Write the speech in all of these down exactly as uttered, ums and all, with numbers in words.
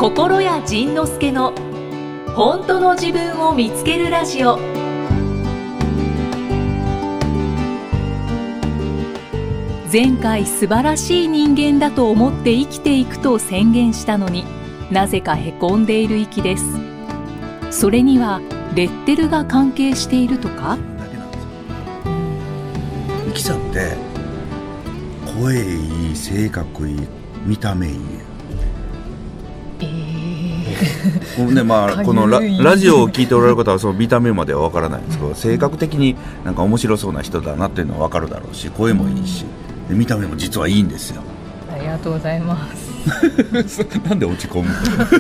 心谷仁之助の本当の自分を見つけるラジオ。前回素晴らしい人間だと思って生きていくと宣言したのに、なぜかへこんでいる息です。それにはレッテルが関係しているとか。 イキさんって声いい、性格いい、見た目いい。えーね、まあ、この ラ, ラジオを聞いておられる方はその見た目までは分からないんですけど、性格的になんか面白そうな人だなっていうのは分かるだろうし、声もいいし、で見た目も実はいいんですよ。 ありがとうございますなんで落ち込む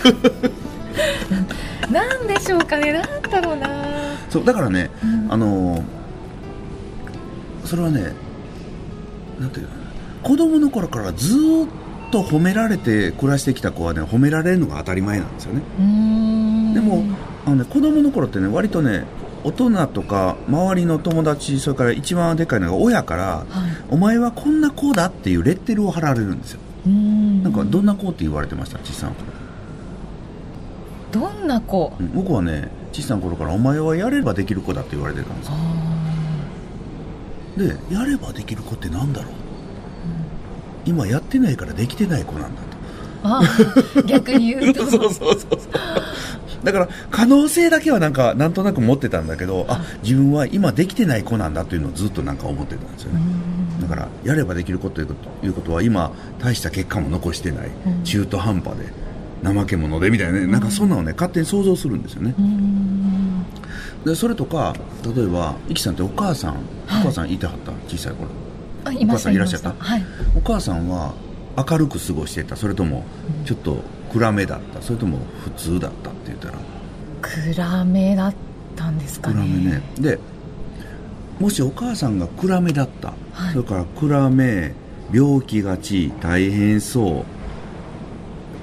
なんでしょうかね。なんだろうな。 そうだからね、うん、あのそれはね、なんていうの、子供の頃からずっと褒められて暮らしてきた子はね、褒められるのが当たり前なんですよね。うーん、でもあの、ね、子供の頃ってね、割とね、大人とか周りの友達、それから一番でかいのが親から、はい、お前はこんな子だっていうレッテルを貼られるんですよ。うーん、なんかどんな子って言われてました、小さな頃。 どんな子、 うん、僕はね、小さな頃からお前はやればできる子だって言われてたんですよ。で、やればできる子ってなんだろう、うん、今やってないからできてない子なんだと。 あ逆に言うとそうそうそうそうだから可能性だけはなんかなんとなく持ってたんだけど、あ、自分は今できてない子なんだというのをずっとなんか思ってたんですよね。だからやればできる子ということは、今大した結果も残してない、うん、中途半端で怠け者でみたいなね、なんかそんなのね、勝手に想像するんですよね。うん、でそれとか、例えばイキさんってお母さん、はい、お母さんいてはった、小さい頃。 あ、いました、 お母さんいらっしゃった、 はい、 お母さんは明るく過ごしてた、それともちょっと暗めだった、それとも普通だったって言ったら。 暗めだったんですかね。 暗めね。でもしお母さんが暗めだった、はい、それから暗め、病気がち、大変そう、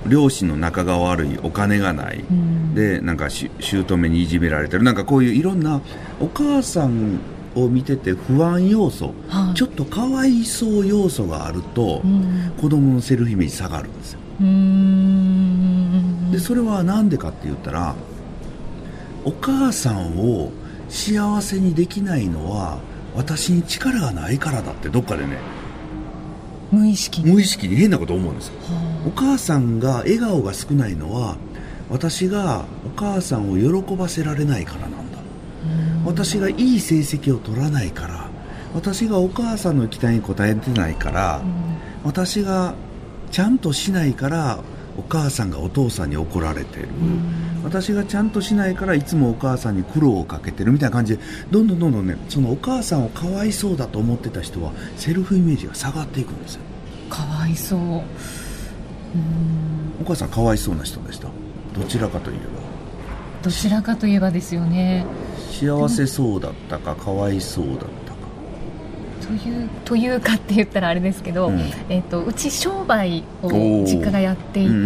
両親の仲が悪い、お金がない、うん、でなんか姑にいじめられてる、なんかこういういろんなお母さんを見てて不安要素、はい、ちょっとかわいそう要素があると、うん、子供のセルフイメージ下がるんですよ。うーん、でそれはなんでかって言ったら、お母さんを幸せにできないのは私に力がないからだって、どっかでね、 無意識に無意識に変なことを思うんですよ。お母さんが笑顔が少ないのは私がお母さんを喜ばせられないからなんだ。私がいい成績を取らないから、私がお母さんの期待に応えてないから、私がちゃんとしないからお母さんがお父さんに怒られてる、私がちゃんとしないからいつもお母さんに苦労をかけてるみたいな感じで、どんどんどんどんね、そのお母さんをかわいそうだと思ってた人はセルフイメージが下がっていくんですよ。 かわいそう。うーん、 お母さんかわいそうな人でした。どちらかといえばどちらかといえばですよね。 幸せそうだったか、かわいそうだったかというというかって言ったらあれですけど、うん、えー、とうち商売を実家がやっていて、うん、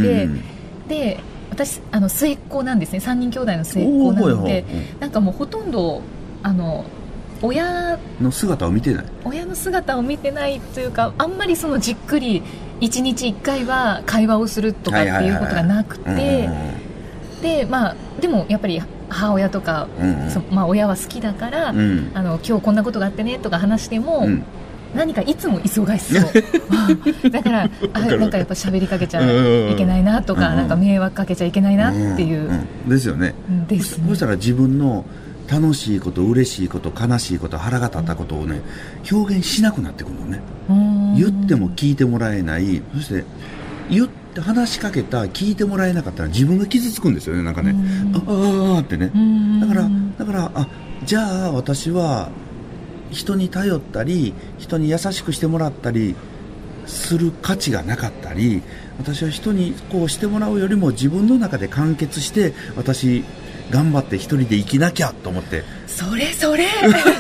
で私あの末っ子なんですね。さんにん兄弟の末っ子なので、なんかもうほとんどあの親の姿を見てない親の姿を見てないというか、あんまりそのじっくりいちにちいっかいは会話をするとかっていうことがなくて、で、まあ、でもやっぱり母親とか、うんうん、そまあ、親は好きだから、うん、あの今日こんなことがあってねとか話しても、うん、何かいつも忙しそうだからあなんかやっぱ喋りかけちゃいけないなとか、うんうん、なんか迷惑かけちゃいけないなっていう、うんうん、 ですよね。 ですね。 そしたら自分の楽しいこと、嬉しいこと、悲しいこと、腹が立ったことをね、表現しなくなってくるのね。言っても聞いてもらえない。そして言って話しかけた、聞いてもらえなかったら自分が傷つくんですよね。なんかね、ああってね。だからだからあじゃあ私は人に頼ったり、人に優しくしてもらったりする価値がなかったり、私は人にこうしてもらうよりも自分の中で完結して、私頑張って一人で生きなきゃと思って。 それそれ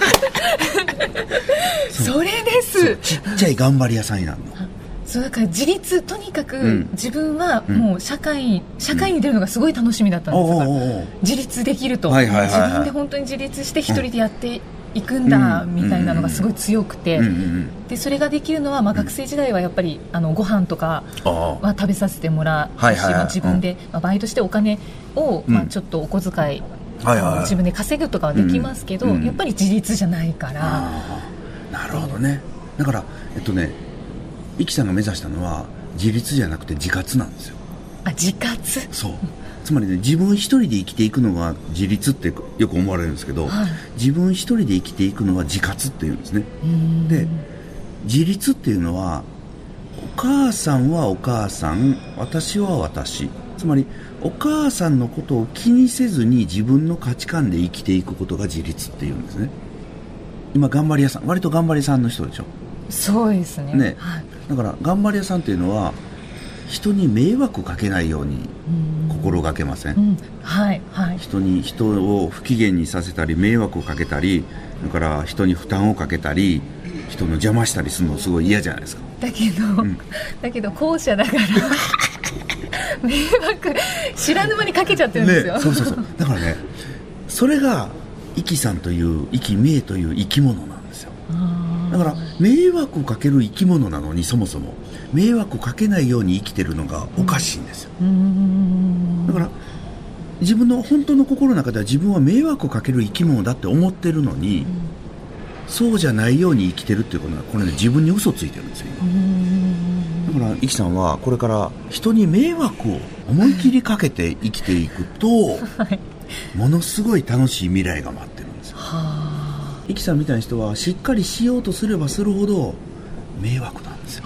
そ, それです。 ちっちゃい頑張り屋さんになるの。 そうだから自立、とにかく自分はもう社会、うん、社会に出るのがすごい楽しみだったんですが、うん、自立できると、はいはいはいはい、自分で本当に自立して一人でやっていくんだみたいなのがすごい強くて、 うんうんうん、 でそれができるのは、まあ、学生時代はやっぱりあのご飯とかは食べさせてもらうし、はいはいはい、まあ、自分で、まあ、バイトしてお金を、まあ、ちょっとお小遣い、うん、はいはいはい、自分で稼ぐとかはできますけど、うんうん、やっぱり自立じゃないから。 なるほどね。だからえっとねイキさんが目指したのは自立じゃなくて自活なんですよ。 あ、自活。 そう、つまりね、自分一人で生きていくのが自立ってよく思われるんですけど、はい、自分一人で生きていくのは自活っていうんですね。で、自立っていうのはお母さんはお母さん、私は私、つまりお母さんのことを気にせずに自分の価値観で生きていくことが自立っていうんですね。今頑張り屋さん、割と頑張り屋さんの人でしょ。 そうですね。 ね、 はい、 だから頑張り屋さんっていうのは人に迷惑かけないように心がけません、うん、 はいはい、 人に人を不機嫌にさせたり迷惑をかけたり、だから人に負担をかけたり人の邪魔したりするのすごい嫌じゃないですか。 だけど、うん、だけど後者だから迷惑知らぬ間にかけちゃってるんですよ、 ね、そうそうそう。だからね、それがイキさんというイキメイという生き物なんですよ。だから迷惑をかける生き物なのに、そもそも迷惑をかけないように生きてるのがおかしいんですよ、うん、だから自分の本当の心の中では自分は迷惑をかける生き物だって思ってるのに、うん、そうじゃないように生きてるっていうことはこれ、ね、自分に嘘ついてるんですよ今。だからイキさんはこれから人に迷惑を思い切りかけて生きていくと、はい、ものすごい楽しい未来が待ってるんですよ。イキさんみたいな人はしっかりしようとすればするほど迷惑なんですよ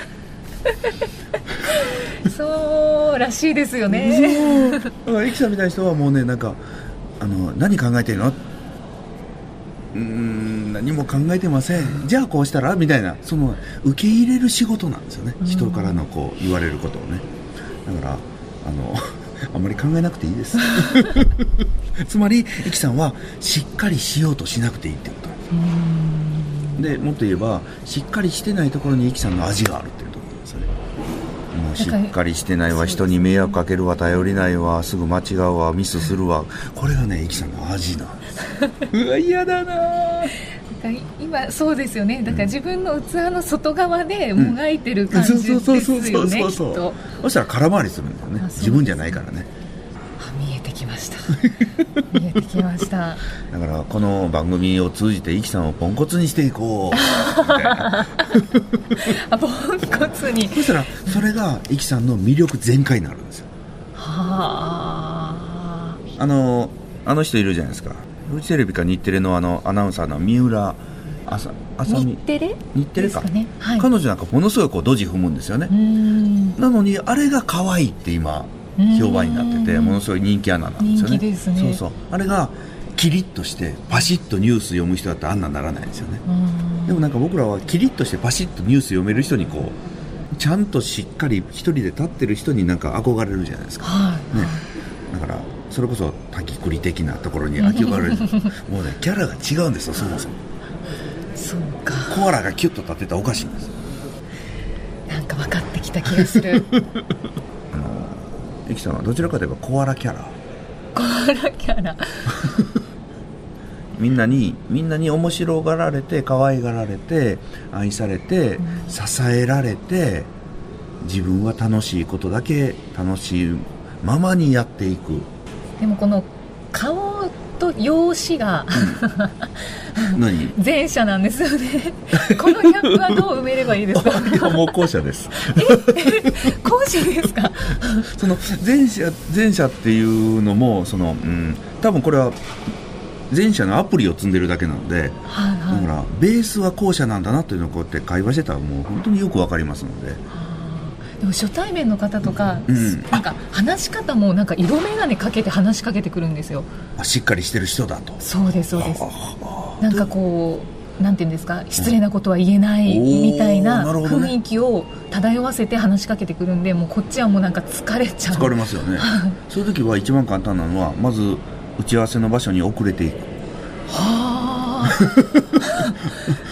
そうらしいですよね。 そうだからイキさんみたいな人はもうね、なんかあの何考えてるの、うーん何も考えてません、じゃあこうしたらみたいな、その受け入れる仕事なんですよね、人からのこう言われることをね。だからあのあんまり考えなくていいですつまりイキさんはしっかりしようとしなくていいってことなんです。でもっと言えばしっかりしてないところにイキさんの味があるっていうところですよね。もうしっかりしてないわ、人に迷惑かけるわ、頼りないわ、すぐ間違うわ、ミスするわ、これがねイキさんの味なんですうわ嫌だな。 今そうですよね。だから自分の器の外側でもがいてる感じですよね、きっと。 そしたら空回りするんだよね、自分じゃないからね。 あ、見えてきました見えてきました。 だからこの番組を通じてイキさんをポンコツにしていこうみたいなあ、ポンコツに。 そしたらそれがイキさんの魅力全開になるんですよ。 はあ。 あのあの人いるじゃないですか、フジテレビか日テレのあのアナウンサーの三浦あさあさみ、 日テレ日テレか、 ね、はい、 彼女なんかものすごいこうドジ踏むんですよね。うーん、なのにあれが可愛いって今評判になってて、ものすごい人気アナなんですよね。 人気ですね。 そうそう、あれがキリッとしてパシッとニュース読む人だったらあんなならないんですよね。でもなんか僕らはキリッとしてパシッとニュース読める人にこうちゃんとしっかり一人で立ってる人になんか憧れるじゃないですか、はいね、だからそれこそ滝栗的なところに憧れるもうねキャラが違うんですよ、そもそも。 そうか、 コアラがキュッと立ってたらおかしいんです。 なんか分かってきた気がするあのエキさんはどちらかといえばコアラキャラコアラキャラみんなにみんなに面白がられて可愛がられて愛されて、うん、支えられて、自分は楽しいことだけ楽しいままにやっていく。でもこの顔と容姿が、 うん、何前者なんですよねこのギャップはどう埋めればいいですかいやもう後者ですえ後者ですかその前者前者っていうのもその、うん、多分これは前者のアプリを積んでるだけなので、はいはい、だからベースは後者なんだなというのをこうやって会話してたらもう本当によくわかりますので。 でも初対面の方とか、うん、なんか話し方もなんか色眼鏡かけて話しかけてくるんですよ。 あ、しっかりしてる人だと。 そうですそうです。なんかこうなんていうんですか、失礼なことは言えないみたいな雰囲気を漂わせて話しかけてくるんで、もうこっちはもうなんか疲れちゃう。 疲れますよねそういう時は一番簡単なのはまず打ち合わせの場所に遅れていく。は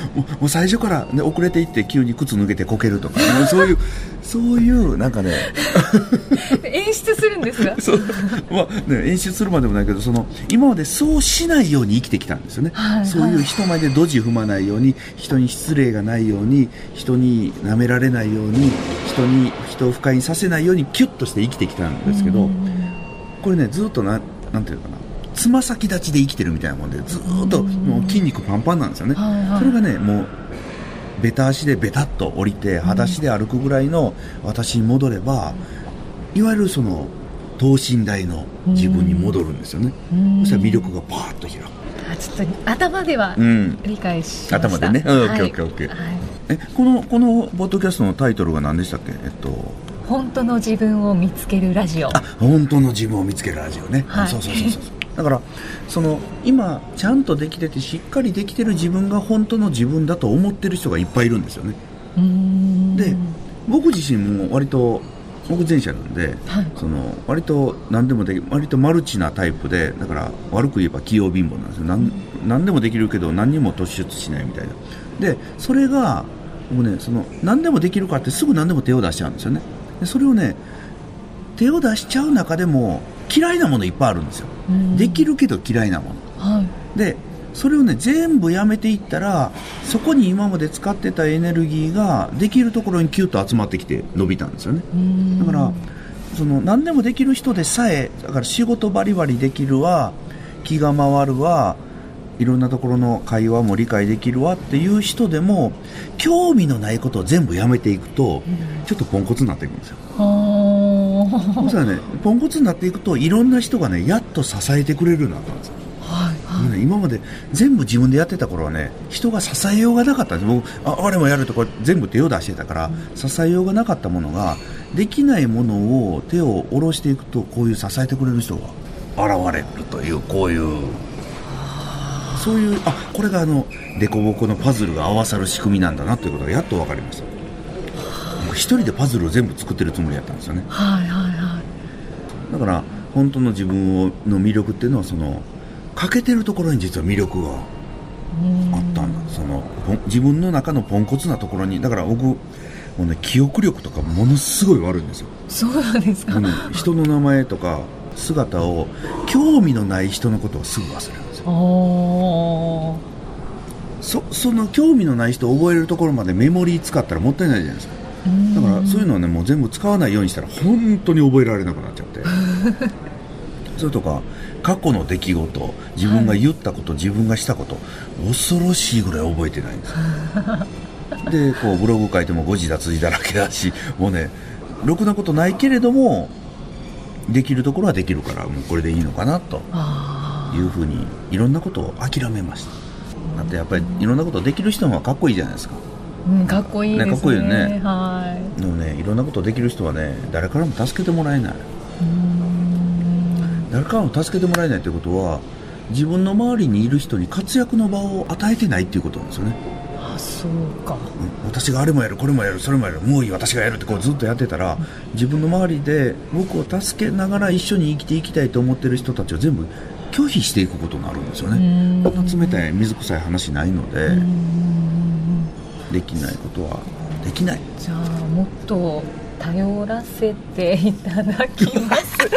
もう最初から、ね、遅れていって急に靴脱げてこけるとか、もうそういうそういうなんかね演出するんですがそう、まあね、演出するまでもないけど、その今までそうしないように生きてきたんですよね、はいはい、そういう人前でドジ踏まないように、人に失礼がないように、人に舐められないように、人に人を不快にさせないようにキュッとして生きてきたんですけど、これねずっとな、なんていうかな、つま先立ちで生きてるみたいなもんで、ずっともう筋肉パンパンなんですよね、はいはい、それがねもうベタ足でベタっと降りて裸足で歩くぐらいの私に戻れば、いわゆるその等身大の自分に戻るんですよね。そしたら魅力がパーッと開く。 あ、ちょっと頭では理解しました、うん、頭でね、うん、はい、オッケーオッケーオッケー、はい、えこのこのポッドキャストのタイトルが何でしたっけ？えっと本当の自分を見つけるラジオ。 あ、本当の自分を見つけるラジオね、はい、そうそうそうそうだからその今ちゃんとできててしっかりできてる自分が本当の自分だと思ってる人がいっぱいいるんですよね。うーんで僕自身も割と僕前者なんで、はい、その割と何でもでき割とマルチなタイプで、だから悪く言えば器用貧乏なんですよ。何、何でもできるけど何にも突出しないみたいな。でそれが僕ね、その何でもできるからってすぐ何でも手を出しちゃうんですよね。でそれをね、手を出しちゃう中でも嫌いなものいっぱいあるんですよ。できるけど嫌いなもの、はい、でそれをね全部やめていったら、そこに今まで使ってたエネルギーができるところにキュッと集まってきて伸びたんですよね。だからその何でもできる人でさえ、だから仕事バリバリできるわ、気が回るわ、いろんなところの会話も理解できるわっていう人でも、興味のないことを全部やめていくと、ちょっとポンコツになっていくんですよ。そしたらね、ポンコツになっていくと、いろんな人がねやっと支えてくれるようになったんですよ。はいはい、今まで全部自分でやってた頃はね、人が支えようがなかったんです。僕、あ、あれもやるとこれ全部手を出してたから、うん、支えようがなかったものが、できないものを手を下ろしていくと、こういう支えてくれる人が現れるという、こういうそういう、あ、これがあのデコボコのパズルが合わさる仕組みなんだなということがやっと分かりました。もう一人でパズルを全部作ってるつもりだったんですよね。はいはいはい。だから本当の自分をの魅力っていうのは、その欠けてるところに実は魅力があったんだ。その自分の中のポンコツなところに。だから僕もう、ね、記憶力とかものすごい悪いんですよ。 そうなんですか。 ね、人の名前とか姿を、興味のない人のことをすぐ忘れるんですよ。お そ, その興味のない人を覚えるところまでメモリー使ったらもったいないじゃないですか。だからそういうのはね、もう全部使わないようにしたら本当に覚えられなくなっちゃってそれとか過去の出来事、自分が言ったこと、はい、自分がしたこと、恐ろしいぐらい覚えてないんですよでこうブログ書いても誤字脱字だらけだし、もうね、ろくなことないけれどもできるところはできるから、もうこれでいいのかなというふうに、いろんなことを諦めました。だってやっぱりいろんなことできる人の方がかっこいいじゃないですか。 うん、かっこいいですね。 ね、かっこいいよね。 はい。 でもね、いろんなことできる人はね、誰からも助けてもらえない。うーん、誰からも助けてもらえないということは、自分の周りにいる人に活躍の場を与えてないっていうことなんですよね。 あ、そうか、うん、 私があれもやる、これもやる、それもやる、もういい、私がやるってこうずっとやってたら、うん、自分の周りで僕を助けながら一緒に生きていきたいと思ってる人たちを全部拒否していくことになるんですよね。こんな冷たい水臭い話ないので、できないことはできない。 じゃあもっと頼らせていただきます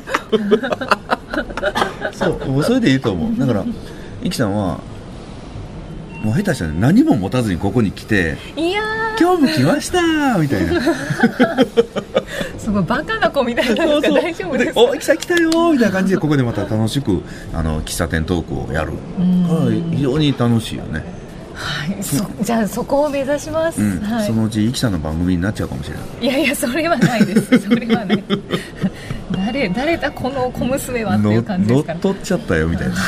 そうもうそれでいいと思う。だからイキさんはもう下手したら何も持たずにここに来て、いや今日も来ましたみたいなすごいバカな子みたいなんですか。大丈夫ですか。 お、イキさん来たよみたいな感じでここでまた楽しくあの喫茶店トークをやるから非常に楽しいよね。 はい、そじゃあそこを目指します、うんはい、 そのうちイキさんの番組になっちゃうかもしれない。 いやいや、それはないですそれはない誰, 誰だこの小娘はっていう感じですから。 乗っ取っちゃったよみたいな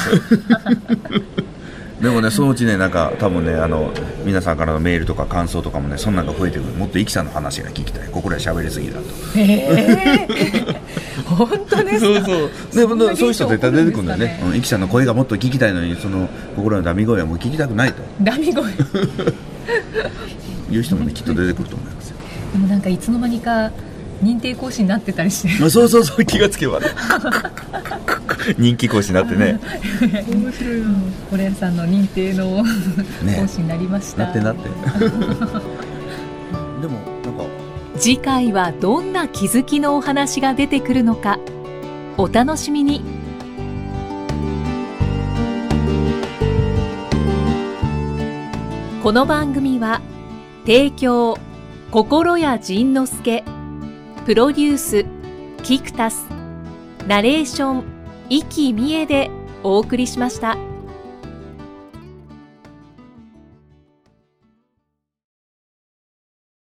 でもね、そのうちね、なんか多分ね、あの皆さんからのメールとか感想とかもね、そんなんが増えてくる。もっとイキさんの話が聞きたい、ここで喋りすぎだと。 えー本当ですか。 そうそうでもそういう人絶対出てくるんだよね。イキさんの声がもっと聞きたいのに、その心のダミ声はもう聞きたくないと。 ダミ声いう人もね、きっと出てくると思いますよ。 でもなんかいつの間にか認定講師になってたりしてそうそうそう、気がつけばね人気講師になってね面白いな。コレアさんの認定の講師になりました、 ね、なってなってでもなんか次回はどんな気づきのお話が出てくるのか、お楽しみに。この番組は提供心谷仁之助、プロデュースキクタス、ナレーション生きみえでお送りしました。